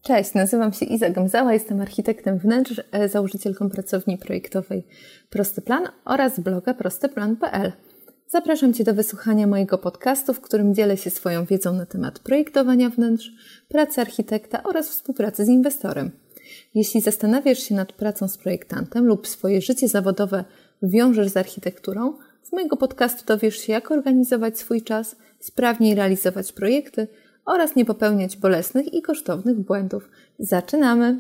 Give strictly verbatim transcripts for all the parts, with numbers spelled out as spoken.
Cześć, nazywam się Iza Gamzała, jestem architektem wnętrz, założycielką pracowni projektowej Prosty Plan oraz bloga prosty plan kropka p l. Zapraszam Cię do wysłuchania mojego podcastu, w którym dzielę się swoją wiedzą na temat projektowania wnętrz, pracy architekta oraz współpracy z inwestorem. Jeśli zastanawiasz się nad pracą z projektantem lub swoje życie zawodowe wiążesz z architekturą, z mojego podcastu dowiesz się, jak organizować swój czas, sprawniej realizować projekty oraz nie popełniać bolesnych i kosztownych błędów. Zaczynamy!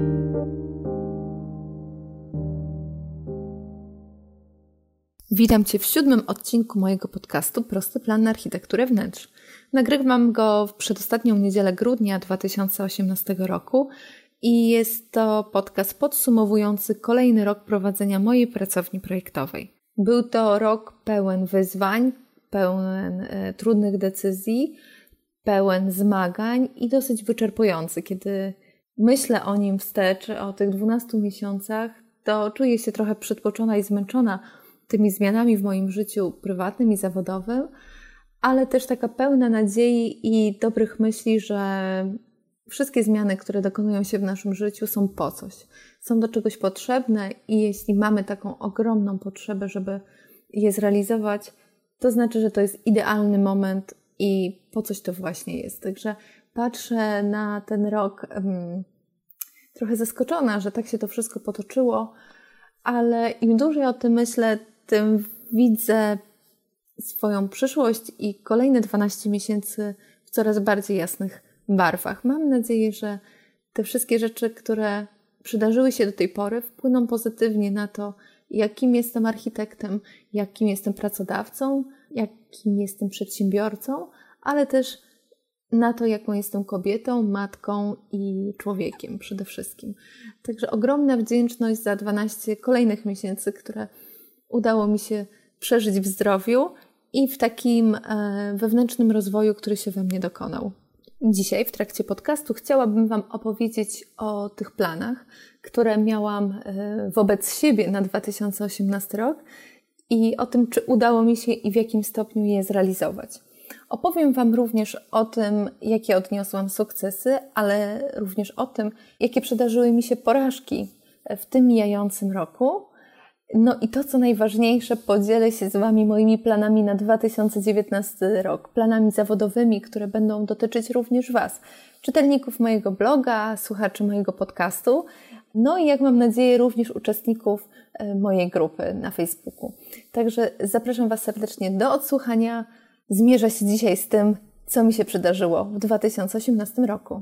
Witam Cię w siódmym odcinku mojego podcastu Prosty Plan na architekturę wnętrz. Nagrywam go w przedostatnią niedzielę grudnia dwa tysiące osiemnastego roku i jest to podcast podsumowujący kolejny rok prowadzenia mojej pracowni projektowej. Był to rok pełen wyzwań, pełen e, trudnych decyzji, pełen zmagań i dosyć wyczerpujący. Kiedy myślę o nim wstecz, o tych dwunastu miesiącach, to czuję się trochę przytłoczona i zmęczona tymi zmianami w moim życiu prywatnym i zawodowym, ale też taka pełna nadziei i dobrych myśli, że wszystkie zmiany, które dokonują się w naszym życiu, są po coś. Są do czegoś potrzebne i jeśli mamy taką ogromną potrzebę, żeby je zrealizować, to znaczy, że to jest idealny moment i po coś to właśnie jest. Także patrzę na ten rok um, trochę zaskoczona, że tak się to wszystko potoczyło, ale im dłużej o tym myślę, tym widzę swoją przyszłość i kolejne dwanaście miesięcy w coraz bardziej jasnych barwach. Mam nadzieję, że te wszystkie rzeczy, które przydarzyły się do tej pory, wpłyną pozytywnie na to, jakim jestem architektem, jakim jestem pracodawcą, jakim jestem przedsiębiorcą, ale też na to, jaką jestem kobietą, matką i człowiekiem przede wszystkim. Także ogromna wdzięczność za dwanaście kolejnych miesięcy, które udało mi się przeżyć w zdrowiu i w takim e, wewnętrznym rozwoju, który się we mnie dokonał. Dzisiaj w trakcie podcastu chciałabym Wam opowiedzieć o tych planach, które miałam e, wobec siebie na dwa tysiące osiemnasty rok i o tym, czy udało mi się i w jakim stopniu je zrealizować. Opowiem Wam również o tym, jakie odniosłam sukcesy, ale również o tym, jakie przydarzyły mi się porażki w tym mijającym roku. No i to, co najważniejsze, podzielę się z Wami moimi planami na dwa tysiące dziewiętnasty rok. Planami zawodowymi, które będą dotyczyć również Was, czytelników mojego bloga, słuchaczy mojego podcastu, no i jak mam nadzieję również uczestników mojej grupy na Facebooku. Także zapraszam Was serdecznie do odsłuchania. Zmierzę się dzisiaj z tym, co mi się przydarzyło w dwa tysiące osiemnastym roku.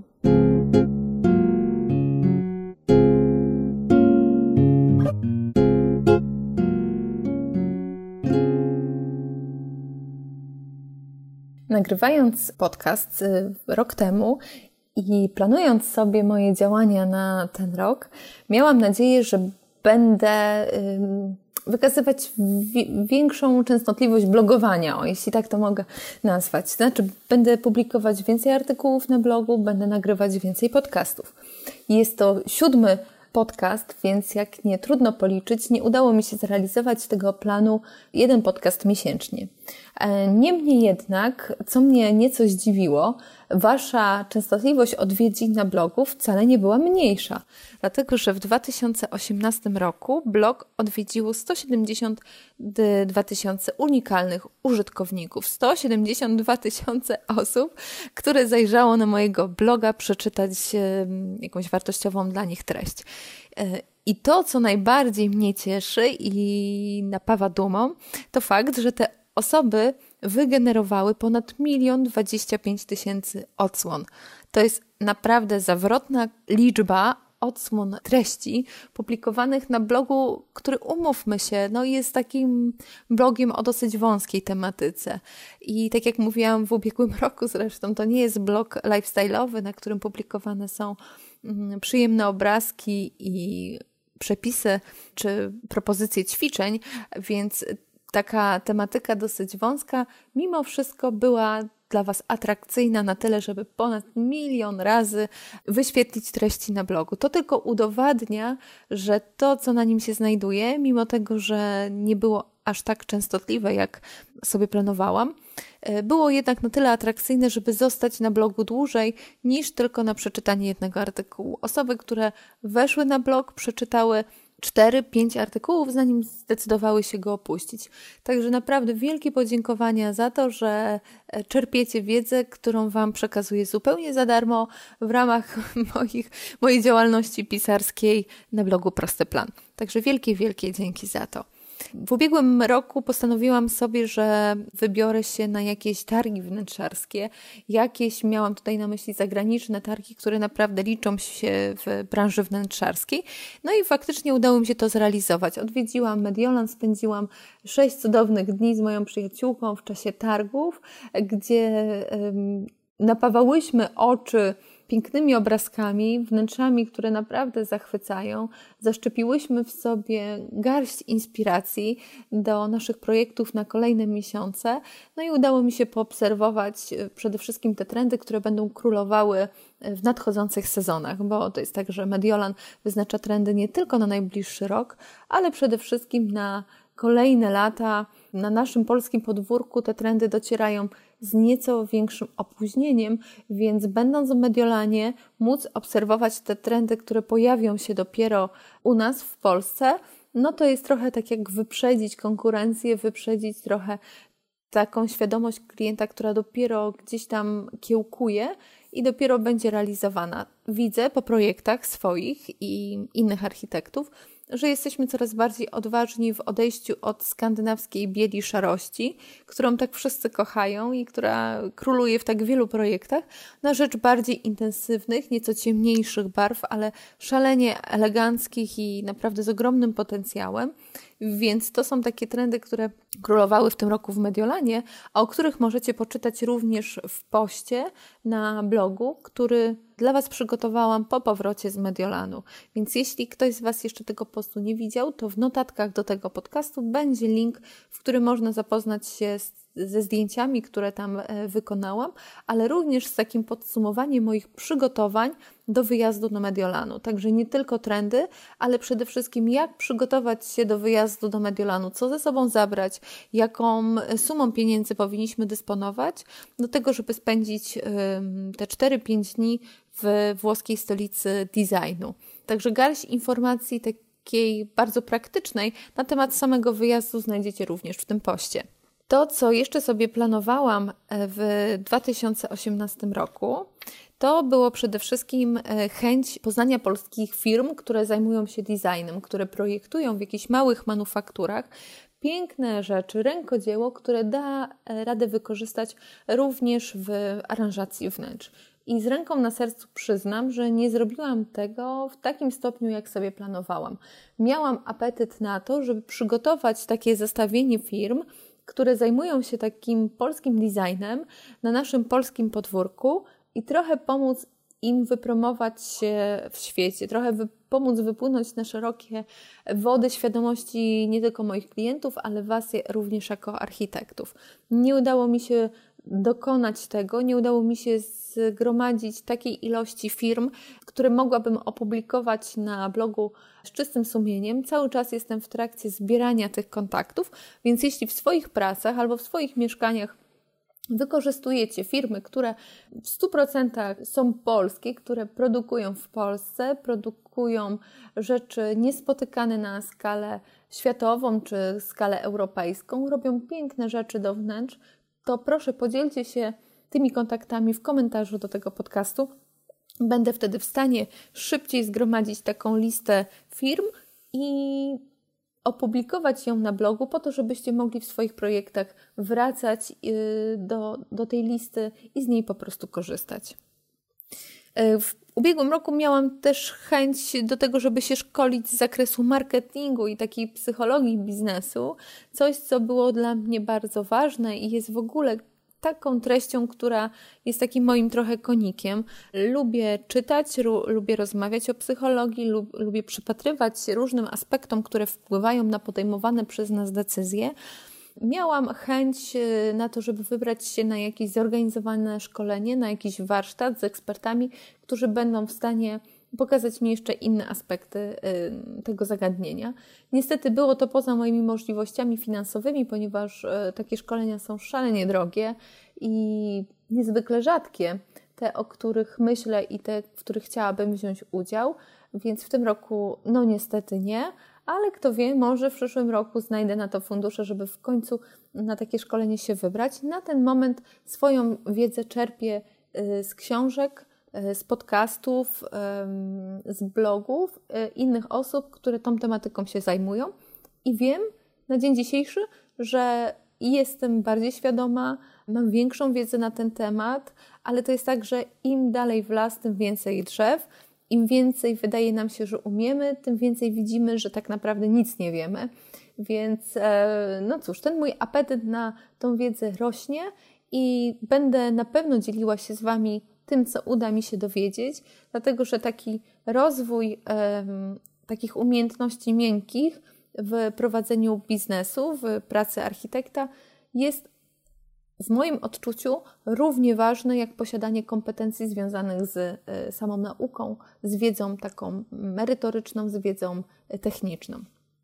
Nagrywając podcast rok temu i planując sobie moje działania na ten rok, miałam nadzieję, że będę wykazywać większą częstotliwość blogowania, o, jeśli tak to mogę nazwać. Znaczy, będę publikować więcej artykułów na blogu, będę nagrywać więcej podcastów. Jest to siódmy podcast, więc jak nie trudno policzyć, nie udało mi się zrealizować tego planu jeden podcast miesięcznie. Niemniej jednak, co mnie nieco zdziwiło, Wasza częstotliwość odwiedzin na blogu wcale nie była mniejsza, dlatego że w dwa tysiące osiemnastym roku blog odwiedziło sto siedemdziesiąt dwa tysiące unikalnych użytkowników, sto siedemdziesiąt dwa tysiące osób, które zajrzało na mojego bloga przeczytać jakąś wartościową dla nich treść. I to, co najbardziej mnie cieszy i napawa dumą, to fakt, że te osoby wygenerowały ponad milion dwadzieścia pięć tysięcy odsłon. To jest naprawdę zawrotna liczba odsłon treści publikowanych na blogu, który, umówmy się, no jest takim blogiem o dosyć wąskiej tematyce. I tak jak mówiłam w ubiegłym roku zresztą, to nie jest blog lifestyle'owy, na którym publikowane są przyjemne obrazki i przepisy czy propozycje ćwiczeń, więc taka tematyka dosyć wąska, mimo wszystko była dla Was atrakcyjna na tyle, żeby ponad milion razy wyświetlić treści na blogu. To tylko udowadnia, że to, co na nim się znajduje, mimo tego, że nie było aż tak częstotliwe, jak sobie planowałam, było jednak na tyle atrakcyjne, żeby zostać na blogu dłużej niż tylko na przeczytanie jednego artykułu. Osoby, które weszły na blog, przeczytały cztery pięć artykułów, zanim zdecydowały się go opuścić. Także naprawdę wielkie podziękowania za to, że czerpiecie wiedzę, którą Wam przekazuję zupełnie za darmo w ramach moich, mojej działalności pisarskiej na blogu Prosty Plan. Także wielkie, wielkie dzięki za to. W ubiegłym roku postanowiłam sobie, że wybiorę się na jakieś targi wnętrzarskie. Jakieś, miałam tutaj na myśli zagraniczne targi, które naprawdę liczą się w branży wnętrzarskiej. No i faktycznie udało mi się to zrealizować. Odwiedziłam Mediolan, spędziłam sześć cudownych dni z moją przyjaciółką w czasie targów, gdzie um, napawałyśmy oczy pięknymi obrazkami, wnętrzami, które naprawdę zachwycają. Zaszczepiłyśmy w sobie garść inspiracji do naszych projektów na kolejne miesiące. No i udało mi się poobserwować przede wszystkim te trendy, które będą królowały w nadchodzących sezonach, bo to jest tak, że Mediolan wyznacza trendy nie tylko na najbliższy rok, ale przede wszystkim na kolejne lata. Na naszym polskim podwórku te trendy docierają z nieco większym opóźnieniem, więc będąc w Mediolanie móc obserwować te trendy, które pojawią się dopiero u nas w Polsce, no to jest trochę tak jak wyprzedzić konkurencję, wyprzedzić trochę taką świadomość klienta, która dopiero gdzieś tam kiełkuje i dopiero będzie realizowana. Widzę po projektach swoich i innych architektów, że jesteśmy coraz bardziej odważni w odejściu od skandynawskiej bieli szarości, którą tak wszyscy kochają i która króluje w tak wielu projektach, na rzecz bardziej intensywnych, nieco ciemniejszych barw, ale szalenie eleganckich i naprawdę z ogromnym potencjałem. Więc to są takie trendy, które królowały w tym roku w Mediolanie, a o których możecie poczytać również w poście na blogu, który dla Was przygotowałam po powrocie z Mediolanu. Więc jeśli ktoś z Was jeszcze tego postu nie widział, to w notatkach do tego podcastu będzie link, w którym można zapoznać się z ze zdjęciami, które tam wykonałam, ale również z takim podsumowaniem moich przygotowań do wyjazdu do Mediolanu. Także nie tylko trendy, ale przede wszystkim jak przygotować się do wyjazdu do Mediolanu, co ze sobą zabrać, jaką sumą pieniędzy powinniśmy dysponować do tego, żeby spędzić te cztery pięć dni w włoskiej stolicy designu. Także garść informacji takiej bardzo praktycznej na temat samego wyjazdu znajdziecie również w tym poście. To, co jeszcze sobie planowałam w dwa tysiące osiemnastym roku, to było przede wszystkim chęć poznania polskich firm, które zajmują się designem, które projektują w jakichś małych manufakturach piękne rzeczy, rękodzieło, które da radę wykorzystać również w aranżacji wnętrz. I z ręką na sercu przyznam, że nie zrobiłam tego w takim stopniu, jak sobie planowałam. Miałam apetyt na to, żeby przygotować takie zestawienie firm, które zajmują się takim polskim designem na naszym polskim podwórku i trochę pomóc im wypromować się w świecie, trochę wy, pomóc wypłynąć na szerokie wody świadomości nie tylko moich klientów, ale Was również jako architektów. Nie udało mi się dokonać tego, nie udało mi się zgromadzić takiej ilości firm, które mogłabym opublikować na blogu z czystym sumieniem. Cały czas jestem w trakcie zbierania tych kontaktów, więc jeśli w swoich pracach albo w swoich mieszkaniach wykorzystujecie firmy, które w stu procentach są polskie, które produkują w Polsce, produkują rzeczy niespotykane na skalę światową czy skalę europejską, robią piękne rzeczy do wnętrz, to proszę podzielcie się tymi kontaktami w komentarzu do tego podcastu. Będę wtedy w stanie szybciej zgromadzić taką listę firm i opublikować ją na blogu po to, żebyście mogli w swoich projektach wracać do, do tej listy i z niej po prostu korzystać. W ubiegłym roku miałam też chęć do tego, żeby się szkolić z zakresu marketingu i takiej psychologii biznesu. Coś, co było dla mnie bardzo ważne i jest w ogóle taką treścią, która jest takim moim trochę konikiem. Lubię czytać, ru, lubię rozmawiać o psychologii, lub, lubię przypatrywać się różnym aspektom, które wpływają na podejmowane przez nas decyzje. Miałam chęć na to, żeby wybrać się na jakieś zorganizowane szkolenie, na jakiś warsztat z ekspertami, którzy będą w stanie pokazać mi jeszcze inne aspekty tego zagadnienia. Niestety było to poza moimi możliwościami finansowymi, ponieważ takie szkolenia są szalenie drogie i niezwykle rzadkie, te, o których myślę i te, w których chciałabym wziąć udział, więc w tym roku no niestety nie, ale kto wie, może w przyszłym roku znajdę na to fundusze, żeby w końcu na takie szkolenie się wybrać. Na ten moment swoją wiedzę czerpię z książek, z podcastów, z blogów innych osób, które tą tematyką się zajmują i wiem na dzień dzisiejszy, że jestem bardziej świadoma, mam większą wiedzę na ten temat, ale to jest tak, że im dalej w las, tym więcej drzew, im więcej wydaje nam się, że umiemy, tym więcej widzimy, że tak naprawdę nic nie wiemy. Więc no cóż, ten mój apetyt na tą wiedzę rośnie i będę na pewno dzieliła się z Wami tym, co uda mi się dowiedzieć, dlatego że taki rozwój um, takich umiejętności miękkich w prowadzeniu biznesu, w pracy architekta jest w moim odczuciu równie ważne jak posiadanie kompetencji związanych z y, samą nauką, z wiedzą taką merytoryczną, z wiedzą techniczną.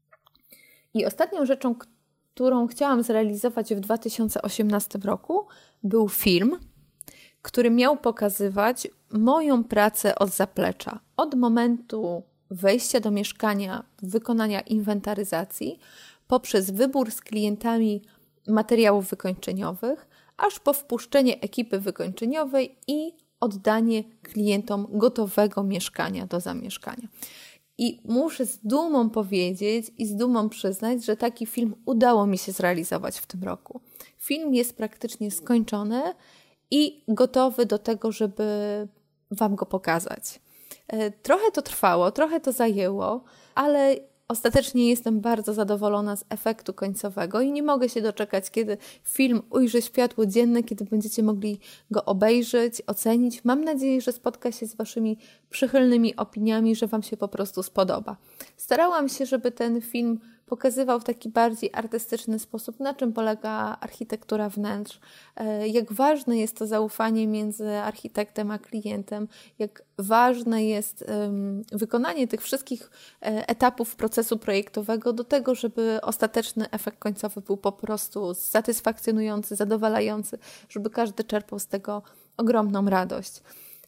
I ostatnią rzeczą, którą chciałam zrealizować w dwa tysiące osiemnastym roku, był film, który miał pokazywać moją pracę od zaplecza. Od momentu wejścia do mieszkania, wykonania inwentaryzacji, poprzez wybór z klientami materiałów wykończeniowych, aż po wpuszczenie ekipy wykończeniowej i oddanie klientom gotowego mieszkania do zamieszkania. I muszę z dumą powiedzieć i z dumą przyznać, że taki film udało mi się zrealizować w tym roku. Film jest praktycznie skończony i gotowy do tego, żeby Wam go pokazać. Trochę to trwało, trochę to zajęło, ale ostatecznie jestem bardzo zadowolona z efektu końcowego i nie mogę się doczekać, kiedy film ujrzy światło dzienne, kiedy będziecie mogli go obejrzeć, ocenić. Mam nadzieję, że spotka się z Waszymi przychylnymi opiniami, że Wam się po prostu spodoba. Starałam się, żeby ten film pokazywał w taki bardziej artystyczny sposób, na czym polega architektura wnętrz, jak ważne jest to zaufanie między architektem a klientem, jak ważne jest um, wykonanie tych wszystkich etapów procesu projektowego do tego, żeby ostateczny efekt końcowy był po prostu satysfakcjonujący, zadowalający, żeby każdy czerpał z tego ogromną radość.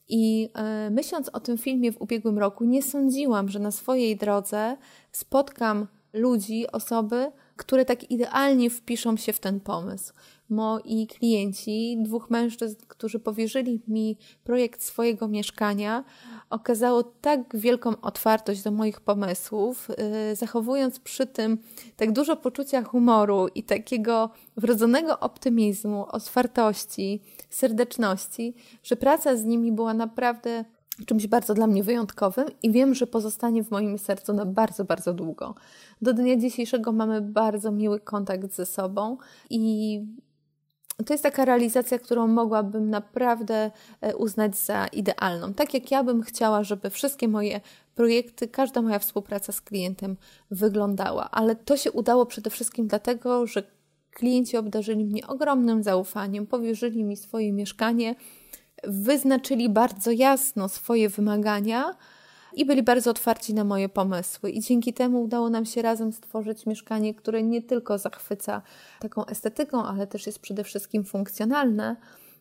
I y, myśląc o tym filmie w ubiegłym roku, nie sądziłam, że na swojej drodze spotkam ludzi, osoby, które tak idealnie wpiszą się w ten pomysł. Moi klienci, dwóch mężczyzn, którzy powierzyli mi projekt swojego mieszkania, okazało tak wielką otwartość do moich pomysłów, yy, zachowując przy tym tak dużo poczucia humoru i takiego wrodzonego optymizmu, otwartości, serdeczności, że praca z nimi była naprawdę czymś bardzo dla mnie wyjątkowym i wiem, że pozostanie w moim sercu na bardzo, bardzo długo. Do dnia dzisiejszego mamy bardzo miły kontakt ze sobą i to jest taka realizacja, którą mogłabym naprawdę uznać za idealną. Tak jak ja bym chciała, żeby wszystkie moje projekty, każda moja współpraca z klientem wyglądała. Ale to się udało przede wszystkim dlatego, że klienci obdarzyli mnie ogromnym zaufaniem, powierzyli mi swoje mieszkanie, wyznaczyli bardzo jasno swoje wymagania i byli bardzo otwarci na moje pomysły. I dzięki temu udało nam się razem stworzyć mieszkanie, które nie tylko zachwyca taką estetyką, ale też jest przede wszystkim funkcjonalne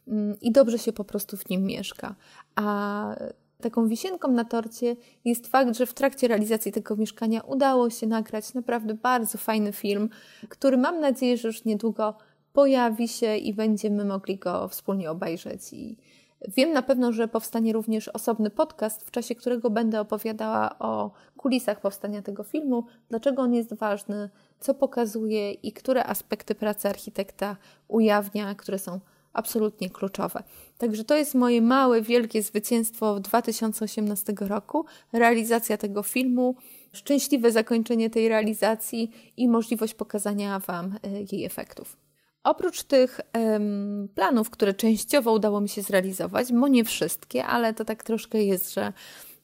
i dobrze się po prostu w nim mieszka. A taką wisienką na torcie jest fakt, że w trakcie realizacji tego mieszkania udało się nagrać naprawdę bardzo fajny film, który mam nadzieję, że już niedługo pojawi się i będziemy mogli go wspólnie obejrzeć. I wiem na pewno, że powstanie również osobny podcast, w czasie którego będę opowiadała o kulisach powstania tego filmu, dlaczego on jest ważny, co pokazuje i które aspekty pracy architekta ujawnia, które są absolutnie kluczowe. Także to jest moje małe, wielkie zwycięstwo w dwa tysiące osiemnastego roku, realizacja tego filmu, szczęśliwe zakończenie tej realizacji i możliwość pokazania Wam jej efektów. Oprócz tych um, planów, które częściowo udało mi się zrealizować, bo nie wszystkie, ale to tak troszkę jest, że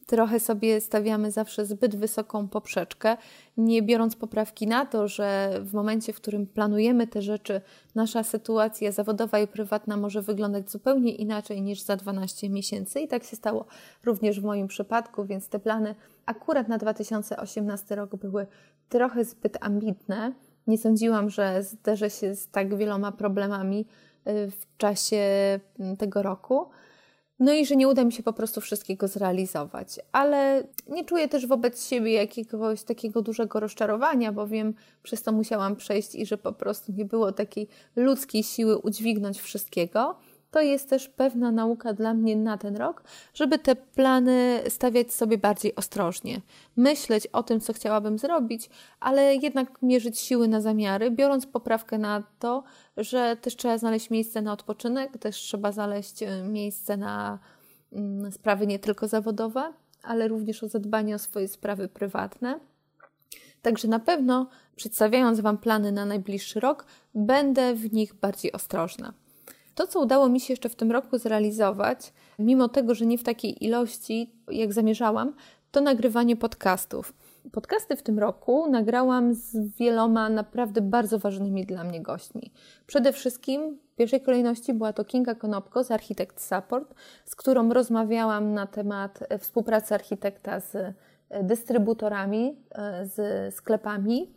trochę sobie stawiamy zawsze zbyt wysoką poprzeczkę, nie biorąc poprawki na to, że w momencie, w którym planujemy te rzeczy, nasza sytuacja zawodowa i prywatna może wyglądać zupełnie inaczej niż za dwanaście miesięcy. I tak się stało również w moim przypadku, więc te plany akurat na dwa tysiące osiemnasty rok były trochę zbyt ambitne. Nie sądziłam, że zderzę się z tak wieloma problemami w czasie tego roku. No i że nie uda mi się po prostu wszystkiego zrealizować. Ale nie czuję też wobec siebie jakiegoś takiego dużego rozczarowania, bowiem przez to musiałam przejść i że po prostu nie było takiej ludzkiej siły udźwignąć wszystkiego. To jest też pewna nauka dla mnie na ten rok, żeby te plany stawiać sobie bardziej ostrożnie. Myśleć o tym, co chciałabym zrobić, ale jednak mierzyć siły na zamiary, biorąc poprawkę na to, że też trzeba znaleźć miejsce na odpoczynek, też trzeba znaleźć miejsce na mm, sprawy nie tylko zawodowe, ale również o zadbanie o swoje sprawy prywatne. Także na pewno, przedstawiając Wam plany na najbliższy rok, będę w nich bardziej ostrożna. To, co udało mi się jeszcze w tym roku zrealizować, mimo tego, że nie w takiej ilości, jak zamierzałam, to nagrywanie podcastów. Podcasty w tym roku nagrałam z wieloma naprawdę bardzo ważnymi dla mnie gośćmi. Przede wszystkim w pierwszej kolejności była to Kinga Konopko z Architect Support, z którą rozmawiałam na temat współpracy architekta z dystrybutorami, z sklepami,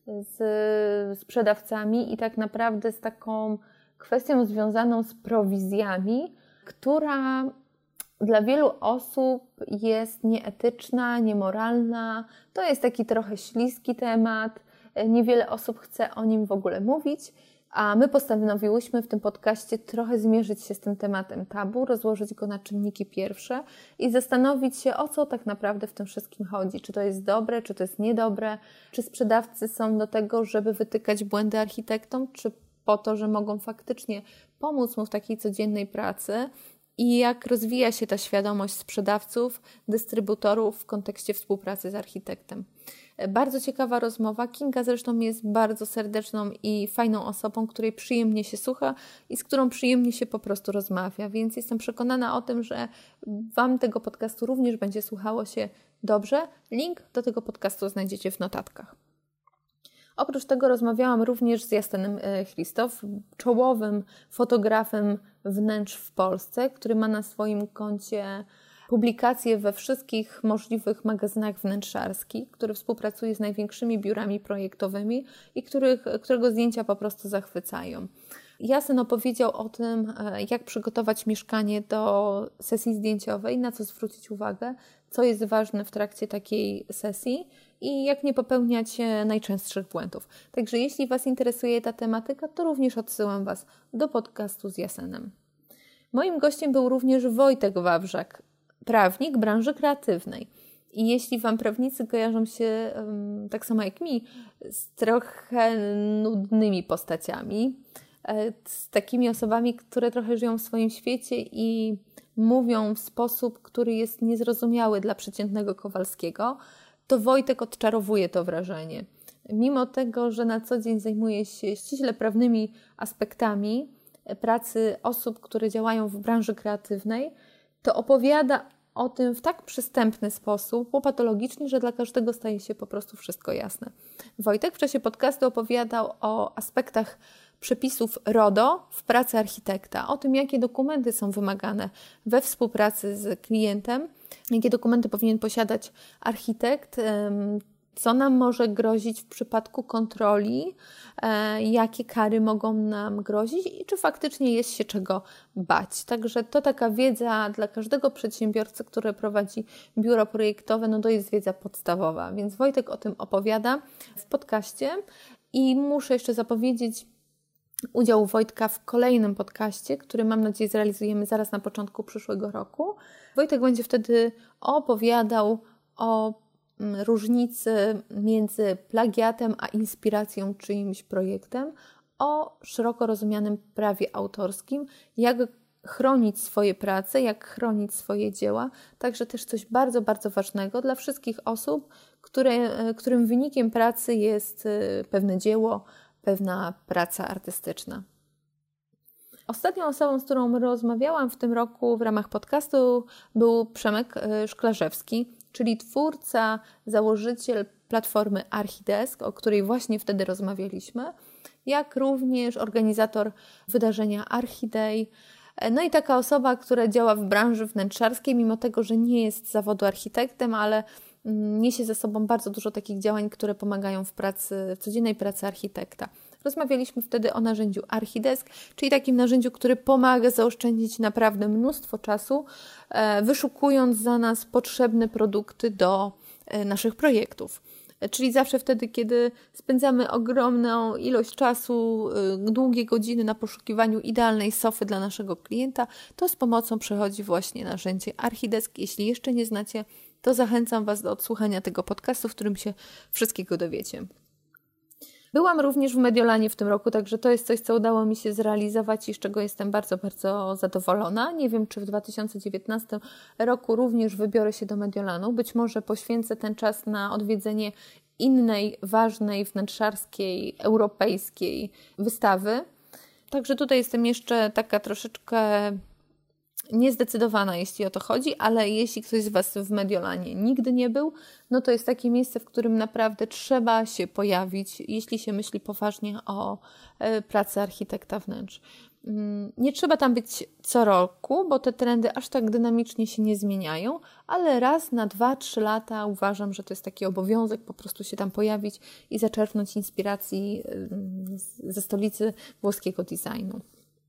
z sprzedawcami i tak naprawdę z taką kwestią związaną z prowizjami, która dla wielu osób jest nieetyczna, niemoralna. To jest taki trochę śliski temat. Niewiele osób chce o nim w ogóle mówić, a my postanowiłyśmy w tym podcaście trochę zmierzyć się z tym tematem tabu, rozłożyć go na czynniki pierwsze i zastanowić się, o co tak naprawdę w tym wszystkim chodzi. Czy to jest dobre, czy to jest niedobre, czy sprzedawcy są do tego, żeby wytykać błędy architektom, czy po to, że mogą faktycznie pomóc mu w takiej codziennej pracy i jak rozwija się ta świadomość sprzedawców, dystrybutorów w kontekście współpracy z architektem. Bardzo ciekawa rozmowa. Kinga zresztą jest bardzo serdeczną i fajną osobą, której przyjemnie się słucha i z którą przyjemnie się po prostu rozmawia, więc jestem przekonana o tym, że Wam tego podcastu również będzie słuchało się dobrze. Link do tego podcastu znajdziecie w notatkach. Oprócz tego rozmawiałam również z Jasenem Christof, czołowym fotografem wnętrz w Polsce, który ma na swoim koncie publikacje we wszystkich możliwych magazynach wnętrzarskich, który współpracuje z największymi biurami projektowymi i których, którego zdjęcia po prostu zachwycają. Jasen opowiedział o tym, jak przygotować mieszkanie do sesji zdjęciowej, na co zwrócić uwagę, co jest ważne w trakcie takiej sesji i jak nie popełniać najczęstszych błędów. Także jeśli Was interesuje ta tematyka, to również odsyłam Was do podcastu z Jasenem. Moim gościem był również Wojtek Wawrzak, prawnik branży kreatywnej. I jeśli Wam prawnicy kojarzą się um, tak samo jak mi z trochę nudnymi postaciami, z takimi osobami, które trochę żyją w swoim świecie i mówią w sposób, który jest niezrozumiały dla przeciętnego Kowalskiego, to Wojtek odczarowuje to wrażenie. Mimo tego, że na co dzień zajmuje się ściśle prawnymi aspektami pracy osób, które działają w branży kreatywnej, to opowiada o tym w tak przystępny sposób, popatologicznie, że dla każdego staje się po prostu wszystko jasne. Wojtek w czasie podcastu opowiadał o aspektach przepisów RODO w pracy architekta, o tym, jakie dokumenty są wymagane we współpracy z klientem, jakie dokumenty powinien posiadać architekt, co nam może grozić w przypadku kontroli, jakie kary mogą nam grozić i czy faktycznie jest się czego bać. Także to taka wiedza dla każdego przedsiębiorcy, który prowadzi biuro projektowe, no to jest wiedza podstawowa, więc Wojtek o tym opowiada w podcaście i muszę jeszcze zapowiedzieć udział Wojtka w kolejnym podcaście, który mam nadzieję zrealizujemy zaraz na początku przyszłego roku. Wojtek będzie wtedy opowiadał o różnicy między plagiatem a inspiracją czyimś projektem, o szeroko rozumianym prawie autorskim, jak chronić swoje prace, jak chronić swoje dzieła. Także też coś bardzo, bardzo ważnego dla wszystkich osób, które, którym wynikiem pracy jest pewne dzieło, pewna praca artystyczna. Ostatnią osobą, z którą rozmawiałam w tym roku w ramach podcastu, był Przemek Szklarzewski, czyli twórca, założyciel platformy Archidesk, o której właśnie wtedy rozmawialiśmy, jak również organizator wydarzenia Archiday. No i taka osoba, która działa w branży wnętrzarskiej, mimo tego, że nie jest z zawodu architektem, ale niesie ze sobą bardzo dużo takich działań, które pomagają w pracy, w codziennej pracy architekta. Rozmawialiśmy wtedy o narzędziu Archidesk, czyli takim narzędziu, który pomaga zaoszczędzić naprawdę mnóstwo czasu, wyszukując za nas potrzebne produkty do naszych projektów. Czyli zawsze wtedy, kiedy spędzamy ogromną ilość czasu, długie godziny na poszukiwaniu idealnej sofy dla naszego klienta, to z pomocą przychodzi właśnie narzędzie Archidesk. Jeśli jeszcze nie znacie, to zachęcam Was do odsłuchania tego podcastu, w którym się wszystkiego dowiecie. Byłam również w Mediolanie w tym roku, także to jest coś, co udało mi się zrealizować i z czego jestem bardzo, bardzo zadowolona. Nie wiem, czy w dwa tysiące dziewiętnastym roku również wybiorę się do Mediolanu. Być może poświęcę ten czas na odwiedzenie innej, ważnej, wnętrzarskiej, europejskiej wystawy. Także tutaj jestem jeszcze taka troszeczkę niezdecydowana, jeśli o to chodzi, ale jeśli ktoś z Was w Mediolanie nigdy nie był, no to jest takie miejsce, w którym naprawdę trzeba się pojawić, jeśli się myśli poważnie o pracy architekta wnętrz. Nie trzeba tam być co roku, bo te trendy aż tak dynamicznie się nie zmieniają, ale raz na dwa, trzy lata uważam, że to jest taki obowiązek po prostu się tam pojawić i zaczerpnąć inspiracji ze stolicy włoskiego designu.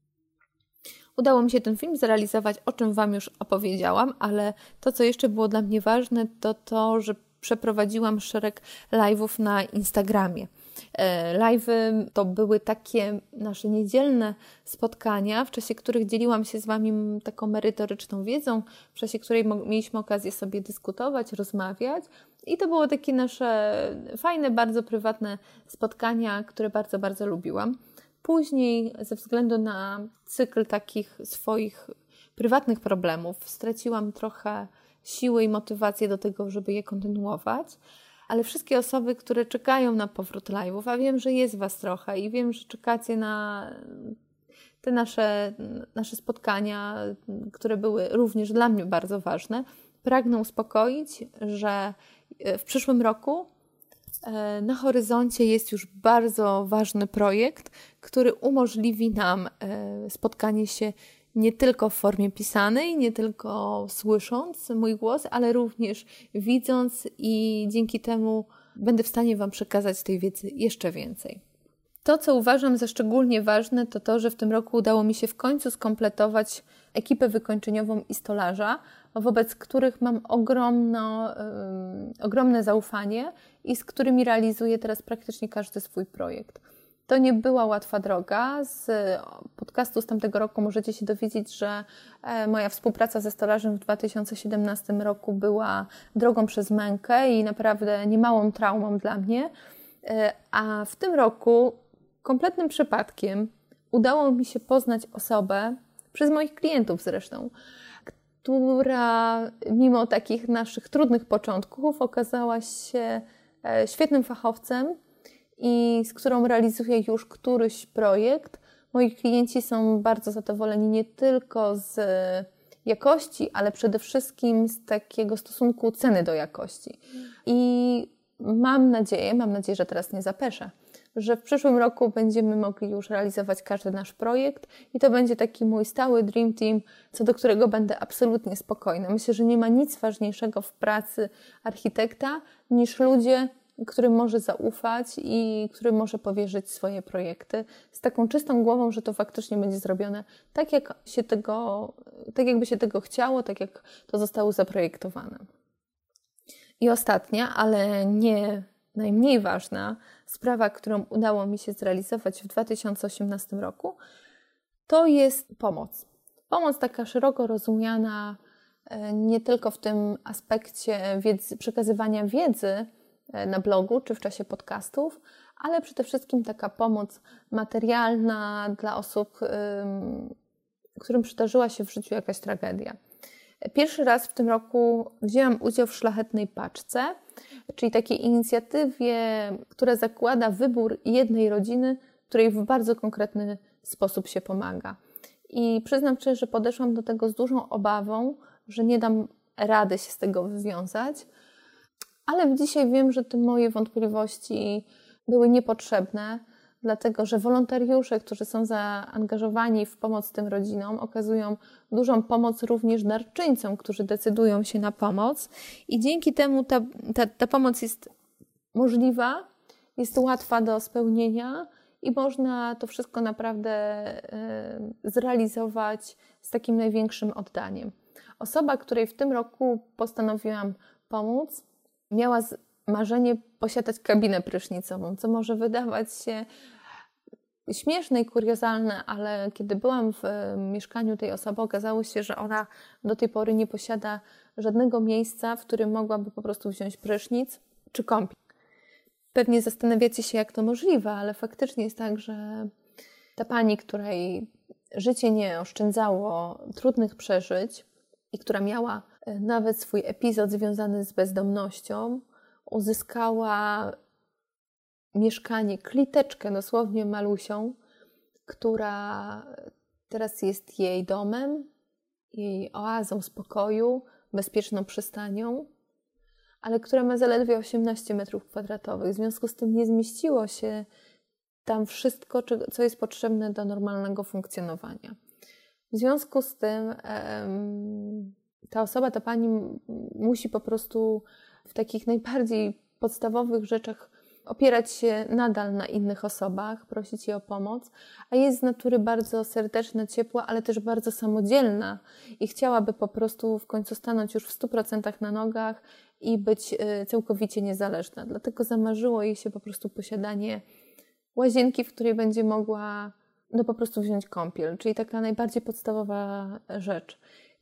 Udało mi się ten film zrealizować, o czym Wam już opowiedziałam, ale to, co jeszcze było dla mnie ważne, to to, że przeprowadziłam szereg live'ów na Instagramie. Live'y to były takie nasze niedzielne spotkania, w czasie których dzieliłam się z Wami taką merytoryczną wiedzą, w czasie której mieliśmy okazję sobie dyskutować, rozmawiać i to były takie nasze fajne, bardzo prywatne spotkania, które bardzo, bardzo lubiłam. Później, ze względu na cykl takich swoich prywatnych problemów, straciłam trochę siły i motywację do tego, żeby je kontynuować, ale wszystkie osoby, które czekają na powrót live'ów, a wiem, że jest Was trochę i wiem, że czekacie na te nasze, nasze spotkania, które były również dla mnie bardzo ważne, pragnę uspokoić, że w przyszłym roku na horyzoncie jest już bardzo ważny projekt, który umożliwi nam spotkanie się nie tylko w formie pisanej, nie tylko słysząc mój głos, ale również widząc i dzięki temu będę w stanie Wam przekazać tej wiedzy jeszcze więcej. To, co uważam za szczególnie ważne, to to, że w tym roku udało mi się w końcu skompletować ekipę wykończeniową i stolarza, wobec których mam ogromno, um, ogromne zaufanie i z którymi realizuję teraz praktycznie każdy swój projekt. To nie była łatwa droga. Z podcastu z tamtego roku możecie się dowiedzieć, że moja współpraca ze stolarzem w dwa tysiące siedemnastym roku była drogą przez mękę i naprawdę niemałą traumą dla mnie. A w tym roku kompletnym przypadkiem udało mi się poznać osobę, przez moich klientów zresztą, która mimo takich naszych trudnych początków okazała się świetnym fachowcem i z którą realizuję już któryś projekt. Moi klienci są bardzo zadowoleni nie tylko z jakości, ale przede wszystkim z takiego stosunku ceny do jakości. I mam nadzieję, mam nadzieję, że teraz nie zapeszę, że w przyszłym roku będziemy mogli już realizować każdy nasz projekt i to będzie taki mój stały dream team, co do którego będę absolutnie spokojna. Myślę, że nie ma nic ważniejszego w pracy architekta niż ludzie, którym może zaufać i którym może powierzyć swoje projekty z taką czystą głową, że to faktycznie będzie zrobione tak, jak się tego, tak jakby się tego chciało, tak jak to zostało zaprojektowane. I ostatnia, ale nie najmniej ważna sprawa, którą udało mi się zrealizować w dwa tysiące osiemnastym roku, to jest pomoc. Pomoc taka szeroko rozumiana nie tylko w tym aspekcie wiedzy, przekazywania wiedzy na blogu czy w czasie podcastów, ale przede wszystkim taka pomoc materialna dla osób, którym przydarzyła się w życiu jakaś tragedia. Pierwszy raz w tym roku wzięłam udział w Szlachetnej Paczce, czyli takiej inicjatywie, która zakłada wybór jednej rodziny, której w bardzo konkretny sposób się pomaga. I przyznam szczerze, że podeszłam do tego z dużą obawą, że nie dam rady się z tego wywiązać. Ale dzisiaj wiem, że te moje wątpliwości były niepotrzebne, dlatego że wolontariusze, którzy są zaangażowani w pomoc tym rodzinom, okazują dużą pomoc również darczyńcom, którzy decydują się na pomoc. I dzięki temu ta, ta, ta pomoc jest możliwa, jest łatwa do spełnienia i można to wszystko naprawdę y, zrealizować z takim największym oddaniem. Osoba, której w tym roku postanowiłam pomóc, miała marzenie posiadać kabinę prysznicową, co może wydawać się śmieszne i kuriozalne, ale kiedy byłam w mieszkaniu tej osoby, okazało się, że ona do tej pory nie posiada żadnego miejsca, w którym mogłaby po prostu wziąć prysznic czy kąpiel. Pewnie zastanawiacie się, jak to możliwe, ale faktycznie jest tak, że ta pani, której życie nie oszczędzało trudnych przeżyć i która miała nawet swój epizod związany z bezdomnością, uzyskała mieszkanie, kliteczkę, dosłownie malusią, która teraz jest jej domem, jej oazą spokoju, bezpieczną przystanią, ale która ma zaledwie osiemnaście metrów kwadratowych. W związku z tym nie zmieściło się tam wszystko, co jest potrzebne do normalnego funkcjonowania. W związku z tym ta osoba, ta pani musi po prostu w takich najbardziej podstawowych rzeczach opierać się nadal na innych osobach, prosić je o pomoc, a jest z natury bardzo serdeczna, ciepła, ale też bardzo samodzielna i chciałaby po prostu w końcu stanąć już w stu procentach na nogach i być całkowicie niezależna. Dlatego zamarzyło jej się po prostu posiadanie łazienki, w której będzie mogła no po prostu wziąć kąpiel, czyli taka najbardziej podstawowa rzecz.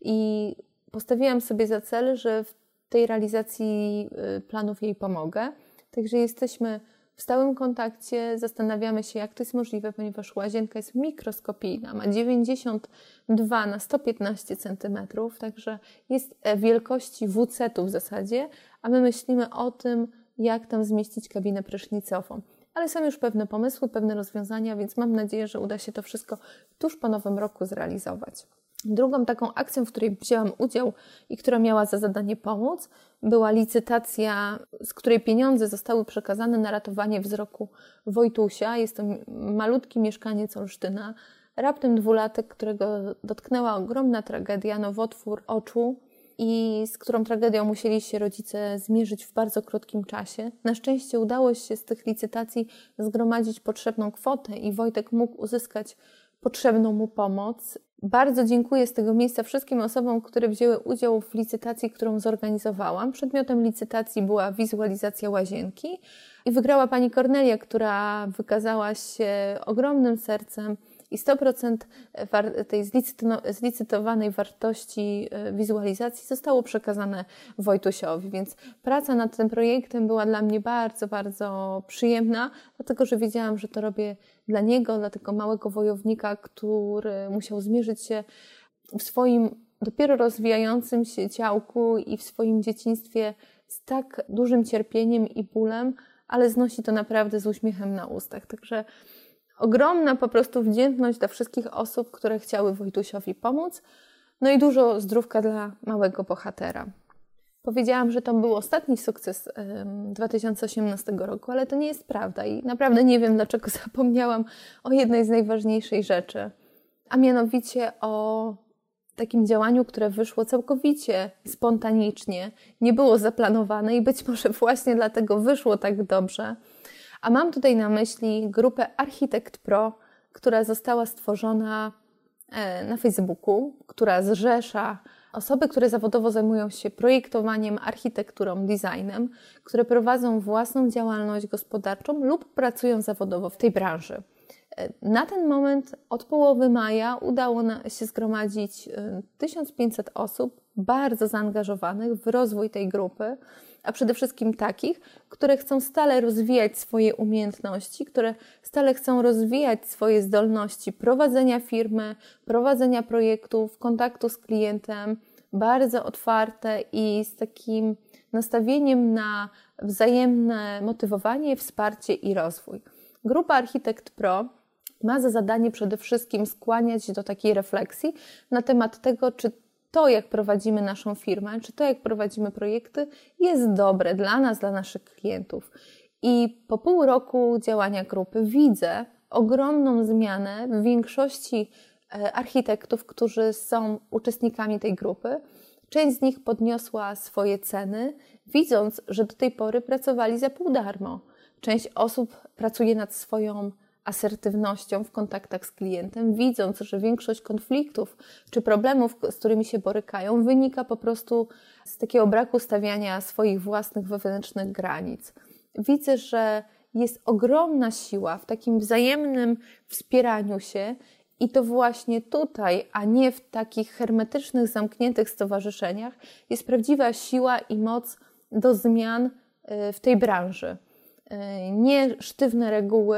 I postawiłam sobie za cel, że w tej realizacji planów jej pomogę. Także jesteśmy w stałym kontakcie, zastanawiamy się, jak to jest możliwe, ponieważ łazienka jest mikroskopijna, ma dziewięćdziesiąt dwa na sto piętnaście centymetrów, także jest wielkości W C-tu w zasadzie, a my myślimy o tym, jak tam zmieścić kabinę prysznicową. Ale są już pewne pomysły, pewne rozwiązania, więc mam nadzieję, że uda się to wszystko tuż po nowym roku zrealizować. Drugą taką akcją, w której wzięłam udział i która miała za zadanie pomóc, była licytacja, z której pieniądze zostały przekazane na ratowanie wzroku Wojtusia. Jest to malutki mieszkaniec Olsztyna, raptem dwulatek, którego dotknęła ogromna tragedia, nowotwór oczu i z którą tragedią musieli się rodzice zmierzyć w bardzo krótkim czasie. Na szczęście udało się z tych licytacji zgromadzić potrzebną kwotę i Wojtek mógł uzyskać potrzebną mu pomoc. Bardzo dziękuję z tego miejsca wszystkim osobom, które wzięły udział w licytacji, którą zorganizowałam. Przedmiotem licytacji była wizualizacja łazienki i wygrała pani Kornelia, która wykazała się ogromnym sercem i sto procent tej zlicytowanej wartości wizualizacji zostało przekazane Wojtusiowi, więc praca nad tym projektem była dla mnie bardzo, bardzo przyjemna, dlatego że wiedziałam, że to robię dla niego, dla tego małego wojownika, który musiał zmierzyć się w swoim dopiero rozwijającym się ciałku i w swoim dzieciństwie z tak dużym cierpieniem i bólem, ale znosi to naprawdę z uśmiechem na ustach. Także ogromna po prostu wdzięczność dla wszystkich osób, które chciały Wojtusiowi pomóc. No i dużo zdrówka dla małego bohatera. Powiedziałam, że to był ostatni sukces dwa tysiące osiemnastego roku, ale to nie jest prawda i naprawdę nie wiem, dlaczego zapomniałam o jednej z najważniejszych rzeczy, a mianowicie o takim działaniu, które wyszło całkowicie spontanicznie, nie było zaplanowane i być może właśnie dlatego wyszło tak dobrze. A mam tutaj na myśli grupę Architekt Pro, która została stworzona na Facebooku, która zrzesza osoby, które zawodowo zajmują się projektowaniem, architekturą, designem, które prowadzą własną działalność gospodarczą lub pracują zawodowo w tej branży. Na ten moment od połowy maja udało się zgromadzić tysiąc pięćset osób bardzo zaangażowanych w rozwój tej grupy, a przede wszystkim takich, które chcą stale rozwijać swoje umiejętności, które stale chcą rozwijać swoje zdolności prowadzenia firmy, prowadzenia projektów, kontaktu z klientem, bardzo otwarte i z takim nastawieniem na wzajemne motywowanie, wsparcie i rozwój. Grupa Architekt Pro ma za zadanie przede wszystkim skłaniać do takiej refleksji na temat tego, czy to, jak prowadzimy naszą firmę, czy to, jak prowadzimy projekty, jest dobre dla nas, dla naszych klientów. I po pół roku działania grupy widzę ogromną zmianę w większości architektów, którzy są uczestnikami tej grupy. Część z nich podniosła swoje ceny, widząc, że do tej pory pracowali za pół darmo. Część osób pracuje nad swoją asertywnością w kontaktach z klientem, widząc, że większość konfliktów czy problemów, z którymi się borykają, wynika po prostu z takiego braku stawiania swoich własnych wewnętrznych granic. Widzę, że jest ogromna siła w takim wzajemnym wspieraniu się i to właśnie tutaj, a nie w takich hermetycznych, zamkniętych stowarzyszeniach, jest prawdziwa siła i moc do zmian w tej branży. Nie sztywne reguły,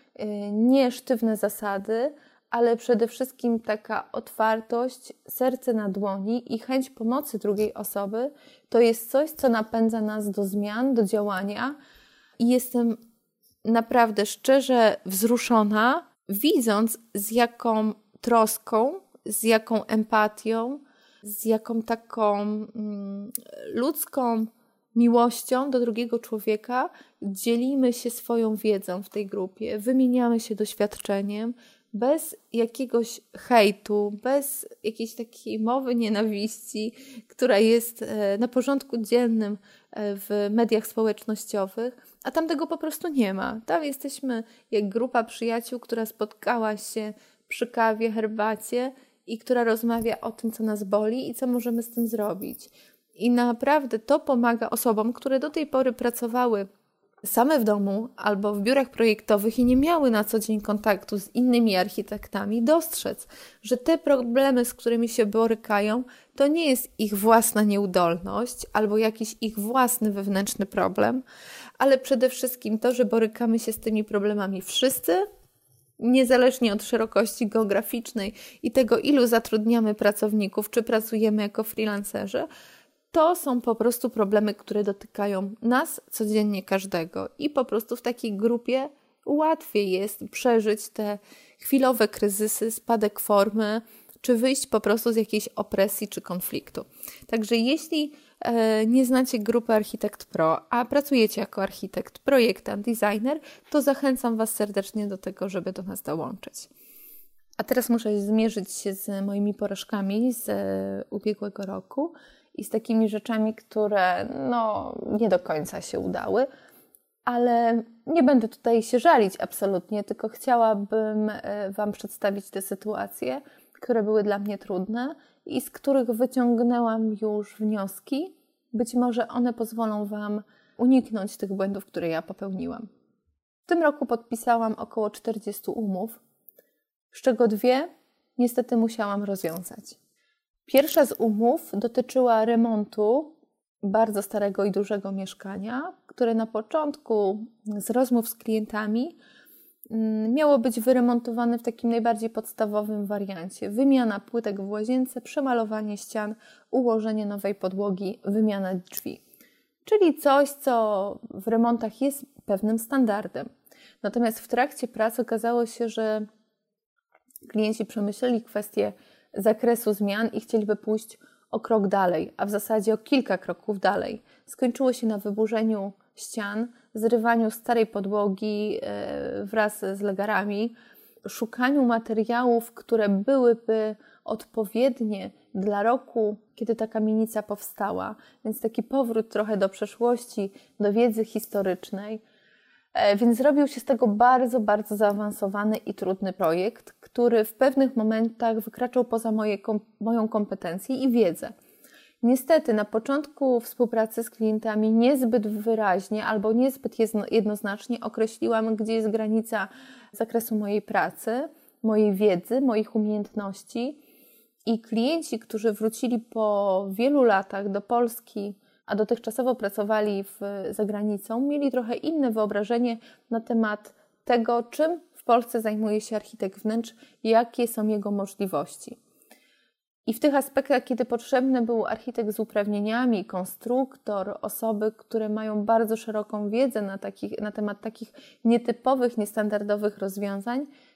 nie sztywne zasady, ale przede wszystkim taka otwartość, serce na dłoni i chęć pomocy drugiej osoby to jest coś, co napędza nas do zmian, do działania i jestem naprawdę szczerze wzruszona, widząc z jaką troską, z jaką empatią, z jaką taką mm, ludzką miłością do drugiego człowieka dzielimy się swoją wiedzą w tej grupie, wymieniamy się doświadczeniem bez jakiegoś hejtu, bez jakiejś takiej mowy nienawiści, która jest na porządku dziennym w mediach społecznościowych, a tam tego po prostu nie ma. Tam jesteśmy jak grupa przyjaciół, która spotkała się przy kawie, herbacie i która rozmawia o tym, co nas boli i co możemy z tym zrobić. I naprawdę to pomaga osobom, które do tej pory pracowały same w domu albo w biurach projektowych i nie miały na co dzień kontaktu z innymi architektami, dostrzec, że te problemy, z którymi się borykają, to nie jest ich własna nieudolność albo jakiś ich własny wewnętrzny problem, ale przede wszystkim to, że borykamy się z tymi problemami wszyscy, niezależnie od szerokości geograficznej i tego, ilu zatrudniamy pracowników, czy pracujemy jako freelancerzy, to są po prostu problemy, które dotykają nas codziennie każdego i po prostu w takiej grupie łatwiej jest przeżyć te chwilowe kryzysy, spadek formy, czy wyjść po prostu z jakiejś opresji czy konfliktu. Także jeśli e, nie znacie grupy Architekt Pro, a pracujecie jako architekt, projektant, designer, to zachęcam Was serdecznie do tego, żeby do nas dołączyć. A teraz muszę zmierzyć się z moimi porażkami z e, ubiegłego roku i z takimi rzeczami, które no, nie do końca się udały, ale nie będę tutaj się żalić absolutnie, tylko chciałabym Wam przedstawić te sytuacje, które były dla mnie trudne i z których wyciągnęłam już wnioski. Być może one pozwolą Wam uniknąć tych błędów, które ja popełniłam. W tym roku podpisałam około czterdzieści umów, z czego dwie niestety musiałam rozwiązać. Pierwsza z umów dotyczyła remontu bardzo starego i dużego mieszkania, które na początku z rozmów z klientami miało być wyremontowane w takim najbardziej podstawowym wariancie. Wymiana płytek w łazience, przemalowanie ścian, ułożenie nowej podłogi, wymiana drzwi. Czyli coś, co w remontach jest pewnym standardem. Natomiast w trakcie prac okazało się, że klienci przemyśleli kwestię zakresu zmian i chcieliby pójść o krok dalej, a w zasadzie o kilka kroków dalej. Skończyło się na wyburzeniu ścian, zrywaniu starej podłogi wraz z legarami, szukaniu materiałów, które byłyby odpowiednie dla roku, kiedy ta kamienica powstała. Więc taki powrót trochę do przeszłości, do wiedzy historycznej. Więc zrobił się z tego bardzo, bardzo zaawansowany i trudny projekt, który w pewnych momentach wykraczał poza moje, moją kompetencję i wiedzę. Niestety na początku współpracy z klientami niezbyt wyraźnie albo niezbyt jednoznacznie określiłam, gdzie jest granica zakresu mojej pracy, mojej wiedzy, moich umiejętności i klienci, którzy wrócili po wielu latach do Polski, a dotychczasowo pracowali w, za granicą, mieli trochę inne wyobrażenie na temat tego, czym w Polsce zajmuje się architekt wnętrz i jakie są jego możliwości. I w tych aspektach, kiedy potrzebny był architekt z uprawnieniami, konstruktor, osoby, które mają bardzo szeroką wiedzę na, takich, na temat takich nietypowych, niestandardowych rozwiązań,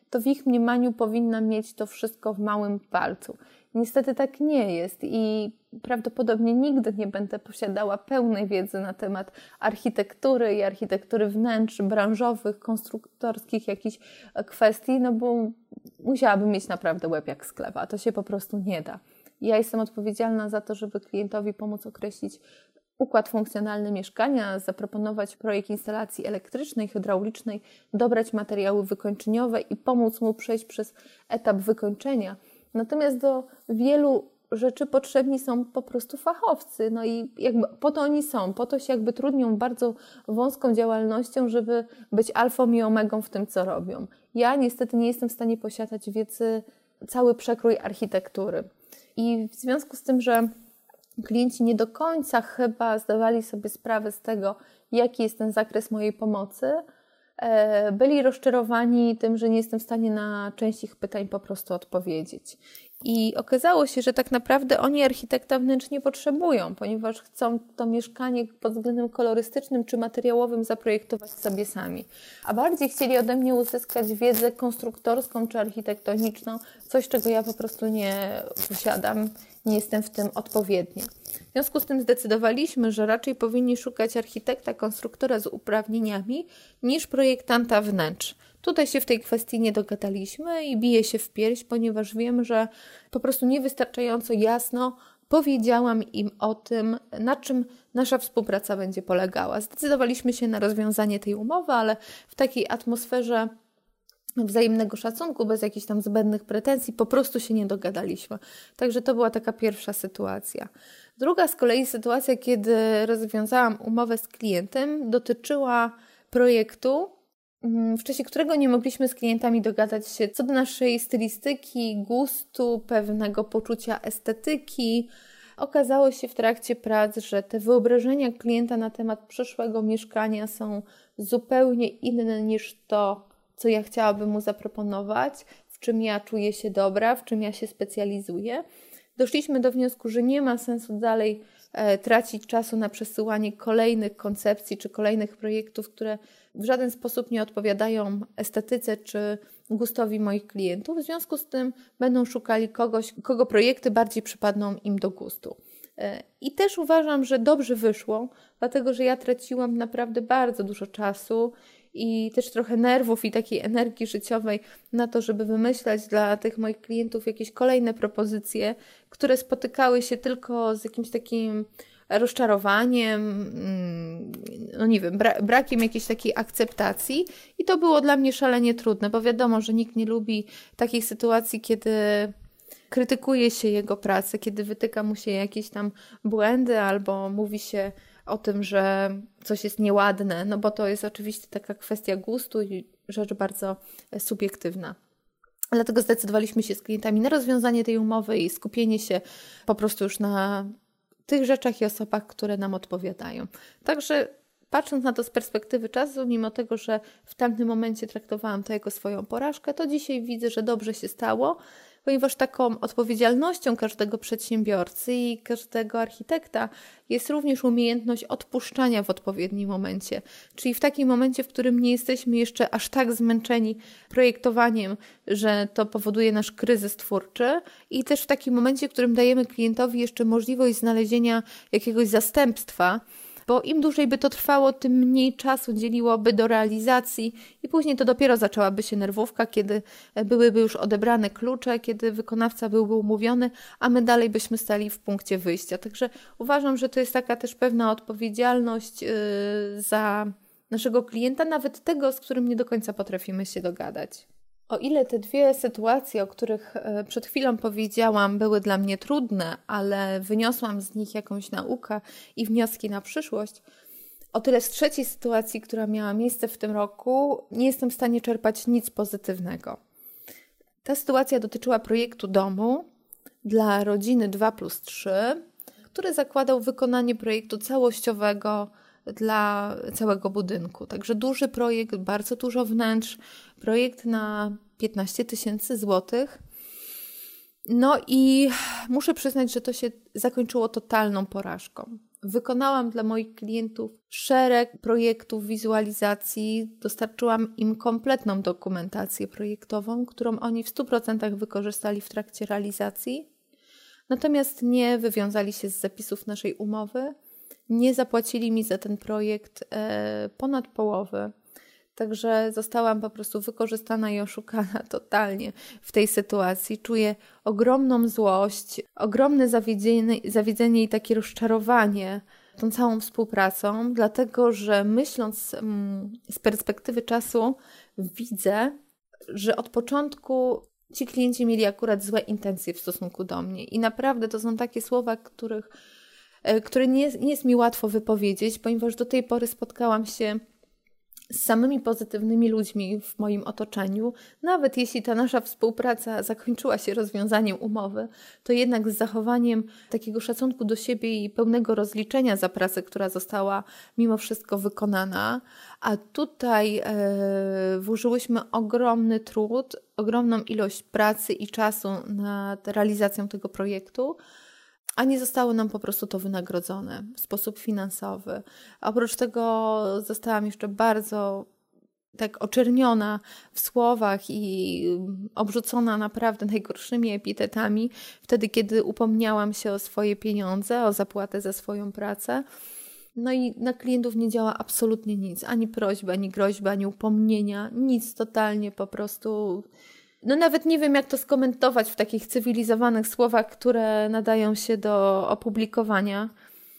to w ich mniemaniu powinna mieć to wszystko w małym palcu. Niestety tak nie jest i prawdopodobnie nigdy nie będę posiadała pełnej wiedzy na temat architektury i architektury wnętrz branżowych, konstruktorskich jakichś kwestii, no bo musiałabym mieć naprawdę łeb jak sklep, a to się po prostu nie da. Ja jestem odpowiedzialna za to, żeby klientowi pomóc określić układ funkcjonalny mieszkania, zaproponować projekt instalacji elektrycznej, hydraulicznej, dobrać materiały wykończeniowe i pomóc mu przejść przez etap wykończenia. Natomiast do wielu rzeczy potrzebni są po prostu fachowcy. No i jakby po to oni są, po to się jakby trudnią bardzo wąską działalnością, żeby być alfą i omegą w tym, co robią. Ja niestety nie jestem w stanie posiadać wiedzy, cały przekrój architektury. I w związku z tym, że klienci nie do końca chyba zdawali sobie sprawę z tego, jaki jest ten zakres mojej pomocy, byli rozczarowani tym, że nie jestem w stanie na część ich pytań po prostu odpowiedzieć. I okazało się, że tak naprawdę oni architekta wnętrz nie potrzebują, ponieważ chcą to mieszkanie pod względem kolorystycznym czy materiałowym zaprojektować sobie sami. A bardziej chcieli ode mnie uzyskać wiedzę konstruktorską czy architektoniczną, coś czego ja po prostu nie posiadam, nie jestem w tym odpowiednia. W związku z tym zdecydowaliśmy, że raczej powinni szukać architekta, konstruktora z uprawnieniami niż projektanta wnętrz. Tutaj się w tej kwestii nie dogadaliśmy i biję się w pierś, ponieważ wiem, że po prostu niewystarczająco jasno powiedziałam im o tym, na czym nasza współpraca będzie polegała. Zdecydowaliśmy się na rozwiązanie tej umowy, ale w takiej atmosferze wzajemnego szacunku, bez jakichś tam zbędnych pretensji, po prostu się nie dogadaliśmy. Także to była taka pierwsza sytuacja. Druga z kolei sytuacja, kiedy rozwiązałam umowę z klientem, dotyczyła projektu, w czasie którego nie mogliśmy z klientami dogadać się co do naszej stylistyki, gustu, pewnego poczucia estetyki. Okazało się w trakcie prac, że te wyobrażenia klienta na temat przyszłego mieszkania są zupełnie inne niż to, co ja chciałabym mu zaproponować, w czym ja czuję się dobra, w czym ja się specjalizuję. Doszliśmy do wniosku, że nie ma sensu dalej e, tracić czasu na przesyłanie kolejnych koncepcji czy kolejnych projektów, które w żaden sposób nie odpowiadają estetyce czy gustowi moich klientów. W związku z tym będą szukali kogoś, kogo projekty bardziej przypadną im do gustu. E, I też uważam, że dobrze wyszło, dlatego że ja traciłam naprawdę bardzo dużo czasu i też trochę nerwów i takiej energii życiowej na to, żeby wymyślać dla tych moich klientów jakieś kolejne propozycje, które spotykały się tylko z jakimś takim rozczarowaniem, no nie wiem, bra- brakiem jakiejś takiej akceptacji i to było dla mnie szalenie trudne, bo wiadomo, że nikt nie lubi takich sytuacji, kiedy krytykuje się jego pracę, kiedy wytyka mu się jakieś tam błędy albo mówi się o tym, że coś jest nieładne, no bo to jest oczywiście taka kwestia gustu i rzecz bardzo subiektywna. Dlatego zdecydowaliśmy się z klientami na rozwiązanie tej umowy i skupienie się po prostu już na tych rzeczach i osobach, które nam odpowiadają. Także patrząc na to z perspektywy czasu, mimo tego, że w tamtym momencie traktowałam to jako swoją porażkę, to dzisiaj widzę, że dobrze się stało, ponieważ taką odpowiedzialnością każdego przedsiębiorcy i każdego architekta jest również umiejętność odpuszczania w odpowiednim momencie. Czyli w takim momencie, w którym nie jesteśmy jeszcze aż tak zmęczeni projektowaniem, że to powoduje nasz kryzys twórczy i też w takim momencie, w którym dajemy klientowi jeszcze możliwość znalezienia jakiegoś zastępstwa, bo im dłużej by to trwało, tym mniej czasu dzieliłoby do realizacji i później to dopiero zaczęłaby się nerwówka, kiedy byłyby już odebrane klucze, kiedy wykonawca byłby umówiony, a my dalej byśmy stali w punkcie wyjścia. Także uważam, że to jest taka też pewna odpowiedzialność yy, za naszego klienta, nawet tego, z którym nie do końca potrafimy się dogadać. O ile te dwie sytuacje, o których przed chwilą powiedziałam, były dla mnie trudne, ale wyniosłam z nich jakąś naukę i wnioski na przyszłość, o tyle z trzeciej sytuacji, która miała miejsce w tym roku, nie jestem w stanie czerpać nic pozytywnego. Ta sytuacja dotyczyła projektu domu dla rodziny dwa plus trzy, który zakładał wykonanie projektu całościowego dla całego budynku. Także duży projekt, bardzo dużo wnętrz, projekt na piętnaście tysięcy złotych. No i muszę przyznać, że to się zakończyło totalną porażką. Wykonałam dla moich klientów szereg projektów wizualizacji, dostarczyłam im kompletną dokumentację projektową, którą oni w stu procentach wykorzystali w trakcie realizacji. Natomiast nie wywiązali się z zapisów naszej umowy, nie zapłacili mi za ten projekt e, ponad połowę. Także zostałam po prostu wykorzystana i oszukana totalnie w tej sytuacji. Czuję ogromną złość, ogromne zawiedzenie, zawiedzenie i takie rozczarowanie tą całą współpracą, dlatego że myśląc mm, z perspektywy czasu widzę, że od początku ci klienci mieli akurat złe intencje w stosunku do mnie i naprawdę to są takie słowa, których, które nie, nie jest mi łatwo wypowiedzieć, ponieważ do tej pory spotkałam się z samymi pozytywnymi ludźmi w moim otoczeniu. Nawet jeśli ta nasza współpraca zakończyła się rozwiązaniem umowy, to jednak z zachowaniem takiego szacunku do siebie i pełnego rozliczenia za pracę, która została mimo wszystko wykonana. A tutaj e, włożyłyśmy ogromny trud, ogromną ilość pracy i czasu nad realizacją tego projektu, a nie zostało nam po prostu to wynagrodzone w sposób finansowy. A oprócz tego zostałam jeszcze bardzo tak oczerniona w słowach i obrzucona naprawdę najgorszymi epitetami wtedy, kiedy upomniałam się o swoje pieniądze, o zapłatę za swoją pracę. No i na klientów nie działa absolutnie nic, ani prośba, ani groźba, ani upomnienia, nic totalnie po prostu. No nawet nie wiem, jak to skomentować w takich cywilizowanych słowach, które nadają się do opublikowania.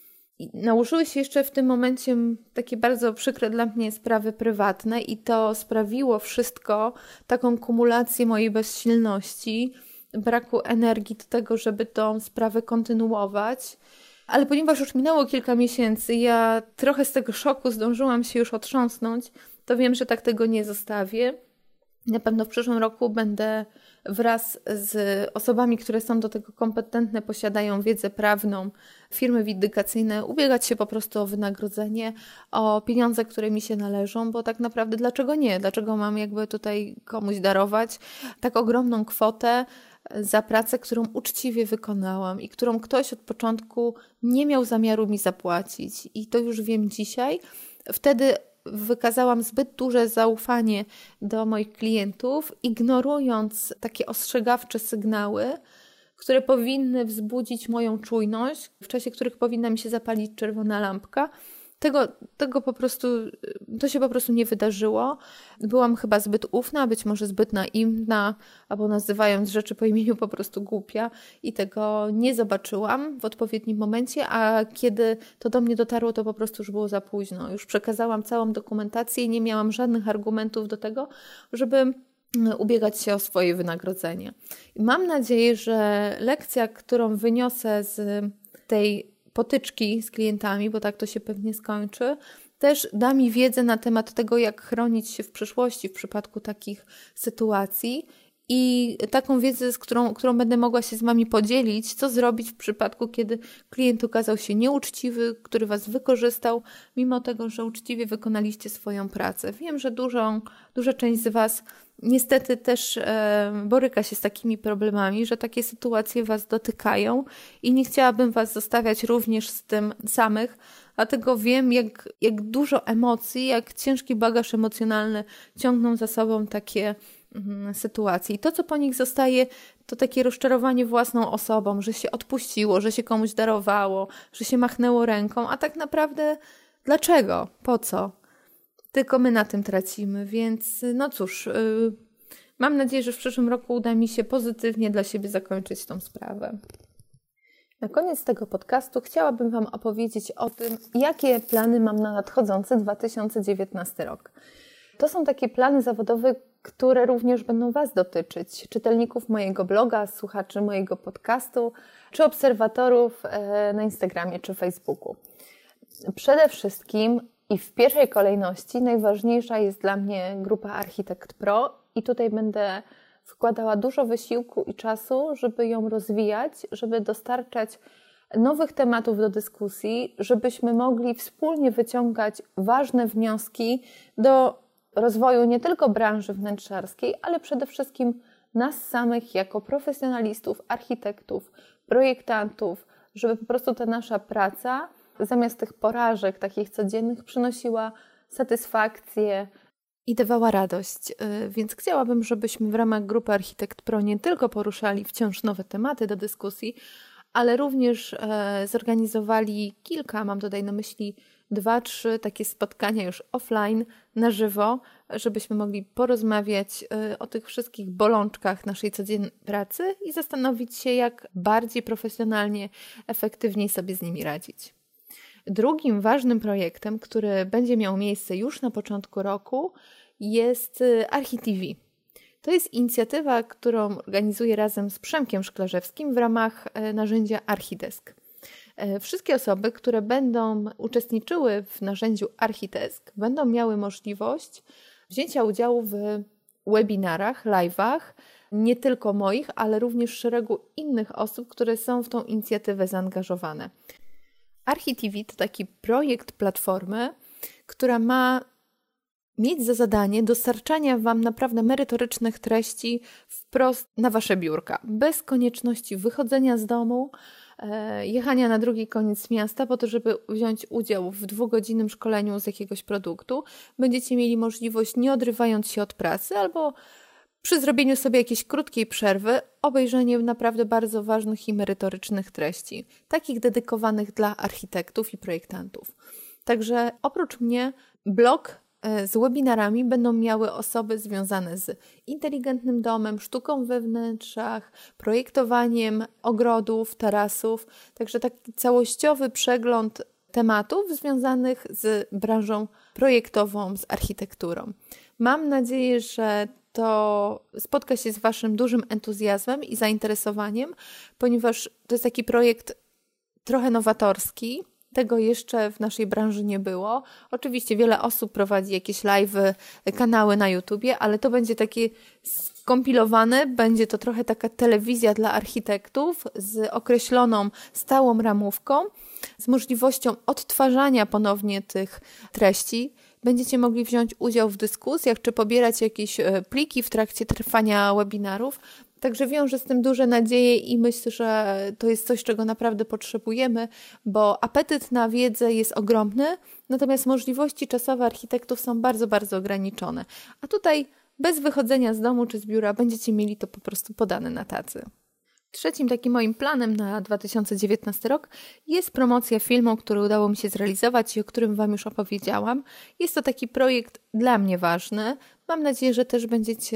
I nałożyły się jeszcze w tym momencie takie bardzo przykre dla mnie sprawy prywatne i to sprawiło wszystko, taką kumulację mojej bezsilności, braku energii do tego, żeby tą sprawę kontynuować. Ale ponieważ już minęło kilka miesięcy, ja trochę z tego szoku zdążyłam się już otrząsnąć, to wiem, że tak tego nie zostawię. Na pewno w przyszłym roku będę wraz z osobami, które są do tego kompetentne, posiadają wiedzę prawną, firmy windykacyjne, ubiegać się po prostu o wynagrodzenie, o pieniądze, które mi się należą, bo tak naprawdę dlaczego nie? Dlaczego mam jakby tutaj komuś darować tak ogromną kwotę za pracę, którą uczciwie wykonałam i którą ktoś od początku nie miał zamiaru mi zapłacić. I to już wiem dzisiaj. Wtedy wykazałam zbyt duże zaufanie do moich klientów, ignorując takie ostrzegawcze sygnały, które powinny wzbudzić moją czujność, w czasie których powinna mi się zapalić czerwona lampka. Tego, tego po prostu, to się po prostu nie wydarzyło. Byłam chyba zbyt ufna, być może zbyt naiwna, albo nazywając rzeczy po imieniu po prostu głupia i tego nie zobaczyłam w odpowiednim momencie, a kiedy to do mnie dotarło, to po prostu już było za późno. Już przekazałam całą dokumentację i nie miałam żadnych argumentów do tego, żeby ubiegać się o swoje wynagrodzenie. I mam nadzieję, że lekcja, którą wyniosę z tej potyczki z klientami, bo tak to się pewnie skończy, też da mi wiedzę na temat tego, jak chronić się w przyszłości w przypadku takich sytuacji i taką wiedzę, z którą, którą będę mogła się z Wami podzielić, co zrobić w przypadku, kiedy klient okazał się nieuczciwy, który Was wykorzystał, mimo tego, że uczciwie wykonaliście swoją pracę. Wiem, że dużą, duża część z Was niestety też e, boryka się z takimi problemami, że takie sytuacje Was dotykają i nie chciałabym Was zostawiać również z tym samych, dlatego wiem, jak, jak dużo emocji, jak ciężki bagaż emocjonalny ciągną za sobą takie mm, sytuacje. I to, co po nich zostaje, to takie rozczarowanie własną osobą, że się odpuściło, że się komuś darowało, że się machnęło ręką, a tak naprawdę dlaczego? Po co? Tylko my na tym tracimy, więc no cóż, yy, mam nadzieję, że w przyszłym roku uda mi się pozytywnie dla siebie zakończyć tą sprawę. Na koniec tego podcastu chciałabym Wam opowiedzieć o tym, jakie plany mam na nadchodzący dwa tysiące dziewiętnasty rok. To są takie plany zawodowe, które również będą Was dotyczyć, czytelników mojego bloga, słuchaczy mojego podcastu, czy obserwatorów yy, na Instagramie czy Facebooku. Przede wszystkim i w pierwszej kolejności najważniejsza jest dla mnie grupa Architekt Pro i tutaj będę wkładała dużo wysiłku i czasu, żeby ją rozwijać, żeby dostarczać nowych tematów do dyskusji, żebyśmy mogli wspólnie wyciągać ważne wnioski do rozwoju nie tylko branży wnętrzarskiej, ale przede wszystkim nas samych jako profesjonalistów, architektów, projektantów, żeby po prostu ta nasza praca zamiast tych porażek takich codziennych przynosiła satysfakcję i dawała radość. Więc chciałabym, żebyśmy w ramach grupy Architekt Pro nie tylko poruszali wciąż nowe tematy do dyskusji, ale również zorganizowali kilka, mam tutaj na myśli dwa, trzy takie spotkania już offline, na żywo, żebyśmy mogli porozmawiać o tych wszystkich bolączkach naszej codziennej pracy i zastanowić się, jak bardziej profesjonalnie, efektywniej sobie z nimi radzić. Drugim ważnym projektem, który będzie miał miejsce już na początku roku, jest ArchiTV. To jest inicjatywa, którą organizuję razem z Przemkiem Szklarzewskim w ramach narzędzia Archidesk. Wszystkie osoby, które będą uczestniczyły w narzędziu Archidesk, będą miały możliwość wzięcia udziału w webinarach, live'ach, nie tylko moich, ale również szeregu innych osób, które są w tą inicjatywę zaangażowane. ArchiTV to taki projekt platformy, która ma mieć za zadanie dostarczania Wam naprawdę merytorycznych treści wprost na Wasze biurka, bez konieczności wychodzenia z domu, jechania na drugi koniec miasta po to, żeby wziąć udział w dwugodzinnym szkoleniu z jakiegoś produktu. Będziecie mieli możliwość, nie odrywając się od pracy, albo przy zrobieniu sobie jakiejś krótkiej przerwy, obejrzenie naprawdę bardzo ważnych i merytorycznych treści, takich dedykowanych dla architektów i projektantów. Także oprócz mnie blog z webinarami będą miały osoby związane z inteligentnym domem, sztuką we wnętrzach, projektowaniem ogrodów, tarasów. Także taki całościowy przegląd tematów związanych z branżą projektową, z architekturą. Mam nadzieję, że to spotka się z Waszym dużym entuzjazmem i zainteresowaniem, ponieważ to jest taki projekt trochę nowatorski. Tego jeszcze w naszej branży nie było. Oczywiście wiele osób prowadzi jakieś live'y, kanały na YouTubie, ale to będzie takie skompilowane, będzie to trochę taka telewizja dla architektów z określoną stałą ramówką, z możliwością odtwarzania ponownie tych treści. Będziecie mogli wziąć udział w dyskusjach, czy pobierać jakieś pliki w trakcie trwania webinarów. Także wiążę z tym duże nadzieje i myślę, że to jest coś, czego naprawdę potrzebujemy, bo apetyt na wiedzę jest ogromny, natomiast możliwości czasowe architektów są bardzo, bardzo ograniczone. A tutaj bez wychodzenia z domu czy z biura będziecie mieli to po prostu podane na tacy. Trzecim takim moim planem na dwa tysiące dziewiętnasty rok jest promocja filmu, który udało mi się zrealizować i o którym Wam już opowiedziałam. Jest to taki projekt dla mnie ważny. Mam nadzieję, że też będziecie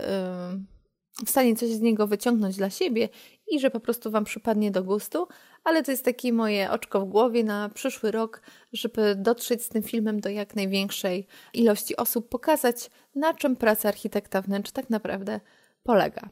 Yy, w stanie coś z niego wyciągnąć dla siebie i że po prostu Wam przypadnie do gustu, ale to jest takie moje oczko w głowie na przyszły rok, żeby dotrzeć z tym filmem do jak największej ilości osób, pokazać, na czym praca architekta wnętrz tak naprawdę polega.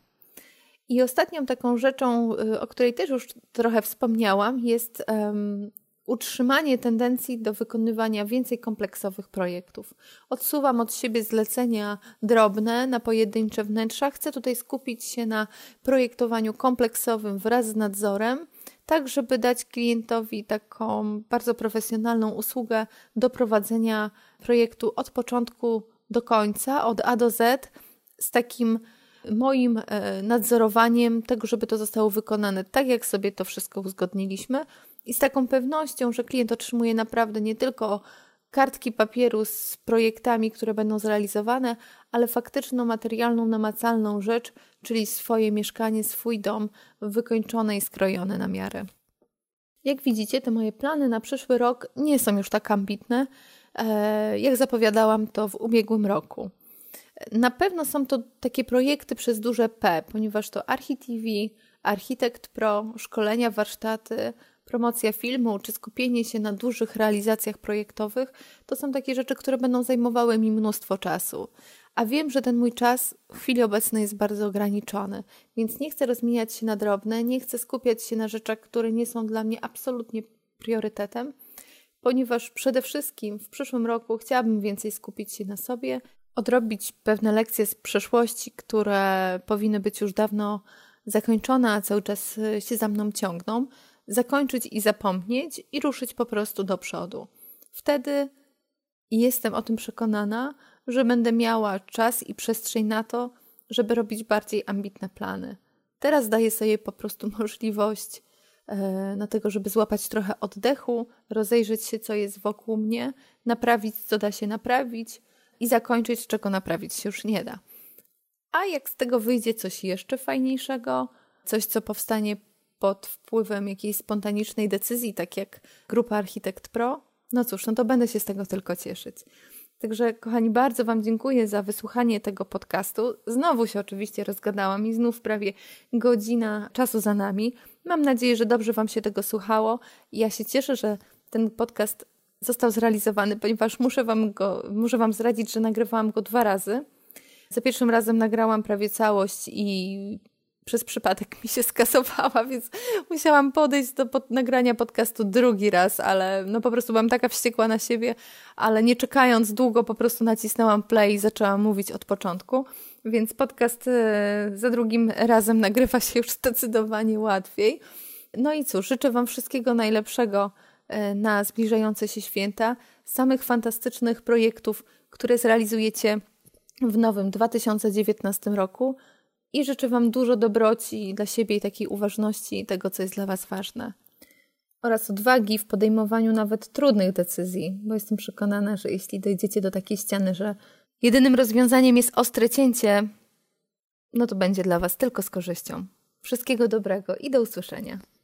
I ostatnią taką rzeczą, o której też już trochę wspomniałam, jest um, utrzymanie tendencji do wykonywania więcej kompleksowych projektów. Odsuwam od siebie zlecenia drobne na pojedyncze wnętrza. Chcę tutaj skupić się na projektowaniu kompleksowym wraz z nadzorem, tak żeby dać klientowi taką bardzo profesjonalną usługę do prowadzenia projektu od początku do końca, od A do Z, z takim moim nadzorowaniem tego, żeby to zostało wykonane tak, jak sobie to wszystko uzgodniliśmy i z taką pewnością, że klient otrzymuje naprawdę nie tylko kartki papieru z projektami, które będą zrealizowane, ale faktyczną, materialną, namacalną rzecz, czyli swoje mieszkanie, swój dom wykończone i skrojone na miarę. Jak widzicie, te moje plany na przyszły rok nie są już tak ambitne, jak zapowiadałam to w ubiegłym roku. Na pewno są to takie projekty przez duże P, ponieważ to ArchiTV, Architekt Pro, szkolenia, warsztaty, promocja filmu czy skupienie się na dużych realizacjach projektowych to są takie rzeczy, które będą zajmowały mi mnóstwo czasu. A wiem, że ten mój czas w chwili obecnej jest bardzo ograniczony, więc nie chcę rozmijać się na drobne, nie chcę skupiać się na rzeczach, które nie są dla mnie absolutnie priorytetem, ponieważ przede wszystkim w przyszłym roku chciałabym więcej skupić się na sobie, odrobić pewne lekcje z przeszłości, które powinny być już dawno zakończone, a cały czas się za mną ciągną, zakończyć i zapomnieć i ruszyć po prostu do przodu. Wtedy jestem o tym przekonana, że będę miała czas i przestrzeń na to, żeby robić bardziej ambitne plany. Teraz daję sobie po prostu możliwość na tego, żeby złapać trochę oddechu, rozejrzeć się, co jest wokół mnie, naprawić, co da się naprawić i zakończyć, czego naprawić się już nie da. A jak z tego wyjdzie coś jeszcze fajniejszego, coś, co powstanie pod wpływem jakiejś spontanicznej decyzji, tak jak Grupa Architekt Pro, no cóż, no to będę się z tego tylko cieszyć. Także, kochani, bardzo Wam dziękuję za wysłuchanie tego podcastu. Znowu się oczywiście rozgadałam i znów prawie godzina czasu za nami. Mam nadzieję, że dobrze Wam się tego słuchało. Ja się cieszę, że ten podcast został zrealizowany, ponieważ muszę Wam, go, muszę wam zdradzić, że nagrywałam go dwa razy. Za pierwszym razem nagrałam prawie całość i przez przypadek mi się skasowała, więc musiałam podejść do pod nagrania podcastu drugi raz, ale no po prostu byłam taka wściekła na siebie, ale nie czekając długo po prostu nacisnęłam play i zaczęłam mówić od początku, więc podcast e, za drugim razem nagrywa się już zdecydowanie łatwiej. No i cóż, życzę Wam wszystkiego najlepszego e, na zbliżające się święta, samych fantastycznych projektów, które zrealizujecie w nowym dwa tysiące dziewiętnastym roku. I życzę Wam dużo dobroci dla siebie i takiej uważności tego, co jest dla Was ważne. Oraz odwagi w podejmowaniu nawet trudnych decyzji, bo jestem przekonana, że jeśli dojdziecie do takiej ściany, że jedynym rozwiązaniem jest ostre cięcie, no to będzie dla Was tylko z korzyścią. Wszystkiego dobrego i do usłyszenia.